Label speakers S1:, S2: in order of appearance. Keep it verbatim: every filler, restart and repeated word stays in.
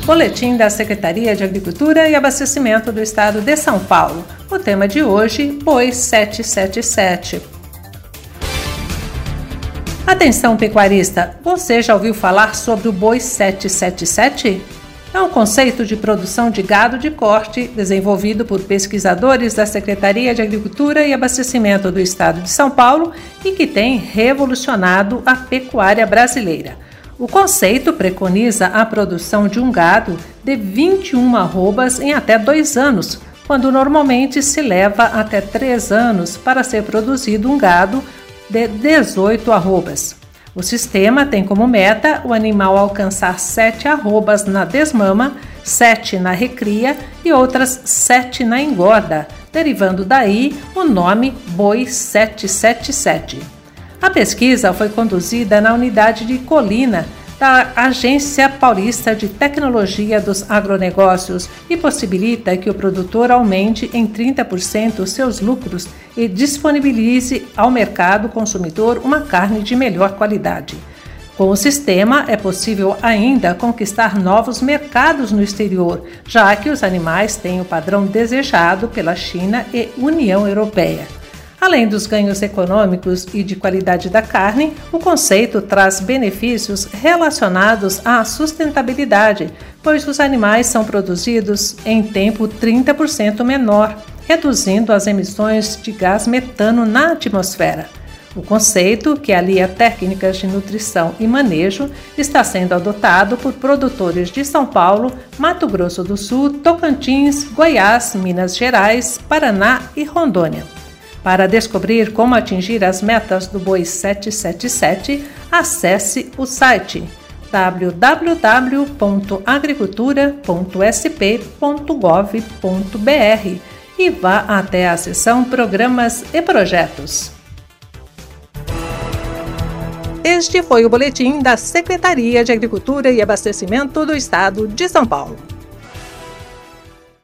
S1: Boletim da Secretaria de Agricultura e Abastecimento do Estado de São Paulo. O tema de hoje, boi sete sete sete. Atenção pecuarista, você já ouviu falar sobre o boi sete sete sete? É um conceito de produção de gado de corte desenvolvido por pesquisadores da Secretaria de Agricultura e Abastecimento do Estado de São Paulo e que tem revolucionado a pecuária brasileira. O conceito preconiza a produção de um gado de vinte e uma arrobas em até dois anos, quando normalmente se leva até três anos para ser produzido um gado de dezoito arrobas. O sistema tem como meta o animal alcançar sete arrobas na desmama, sete na recria e outras sete na engorda, derivando daí o nome boi sete sete sete. A pesquisa foi conduzida na unidade de Colina da Agência Paulista de Tecnologia dos Agronegócios e possibilita que o produtor aumente em trinta por cento seus lucros e disponibilize ao mercado consumidor uma carne de melhor qualidade. Com o sistema, é possível ainda conquistar novos mercados no exterior, já que os animais têm o padrão desejado pela China e União Europeia. Além dos ganhos econômicos e de qualidade da carne, o conceito traz benefícios relacionados à sustentabilidade, pois os animais são produzidos em tempo trinta por cento menor, reduzindo as emissões de gás metano na atmosfera. O conceito, que alia técnicas de nutrição e manejo, está sendo adotado por produtores de São Paulo, Mato Grosso do Sul, Tocantins, Goiás, Minas Gerais, Paraná e Rondônia. Para descobrir como atingir as metas do boi sete sete sete, acesse o site w w w ponto agricultura ponto s p ponto gov ponto b r e vá até a seção Programas e Projetos. Este foi o boletim da Secretaria de Agricultura e Abastecimento do Estado de São Paulo.